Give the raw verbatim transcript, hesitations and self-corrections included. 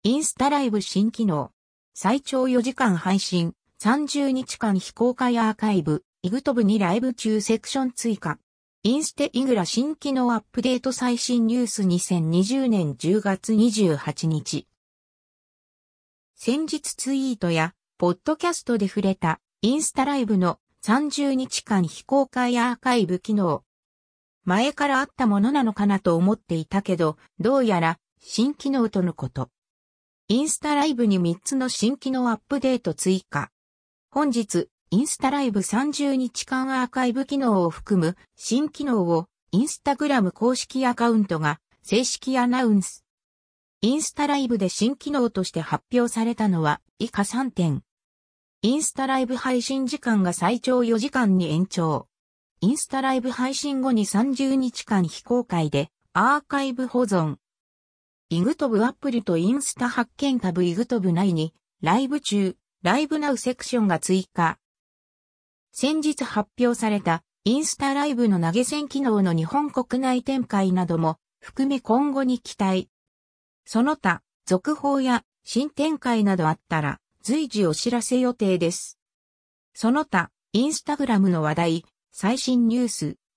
インスタライブ新機能。最長よじかん配信。さんじゅうにちかん非公開アーカイブ。イグトブにライブ中セクション追加。インステイグラ新機能アップデート最新ニュースにせんにじゅうねんじゅうがつにじゅうはちにち。先日ツイートや、ポッドキャストで触れた、インスタライブのさんじゅうにちかん非公開アーカイブ機能。前からあったものなのかなと思っていたけど、どうやら新機能とのこと。インスタライブにみっつの新機能アップデート追加。本日、インスタライブさんじゅうにちかんアーカイブ機能を含む新機能をインスタグラム公式アカウントが正式アナウンス。インスタライブで新機能として発表されたのは以下さんてん。インスタライブ配信時間が最長よじかんに延長。インスタライブ配信後にさんじゅうにちかん非公開でアーカイブ保存。イグトブアプリとインスタ発見タブイグトブ内にライブ中、ライブナウセクションが追加。先日発表されたインスタライブの投げ銭機能の日本国内展開なども含め今後に期待。その他、続報や新展開などあったら随時お知らせ予定です。その他、インスタグラムの話題、最新ニュース、